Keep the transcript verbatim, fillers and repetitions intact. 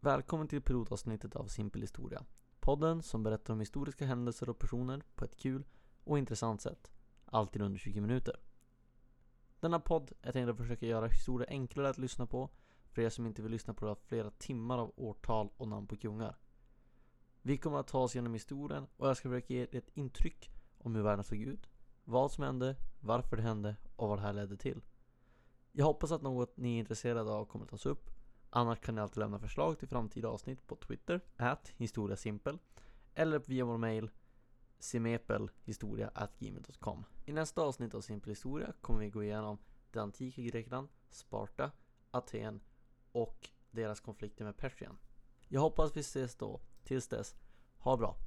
Välkommen till pilotavsnittet av Simpel historia. Podden som berättar om historiska händelser och personer på ett kul och intressant sätt. Alltid under tjugo minuter. Denna podd är tänkt att försöka göra historia enklare att lyssna på för er som inte vill lyssna på flera timmar av årtal och namn på kungar. Vi kommer att ta oss genom historien och jag ska försöka ge ett intryck om hur världen såg ut, vad som hände, varför det hände och vad det här ledde till. Jag hoppas att något ni är intresserade av kommer att tas upp. Annars kan ni alltid lämna förslag till framtida avsnitt på Twitter at historiasimpel eller via vår mail simepelhistoria at gmail dot com. I nästa avsnitt av Simpel historia kommer vi gå igenom det antika Grekland, Sparta, Aten och deras konflikter med Persien. Jag hoppas vi ses då. Tills dess, ha bra!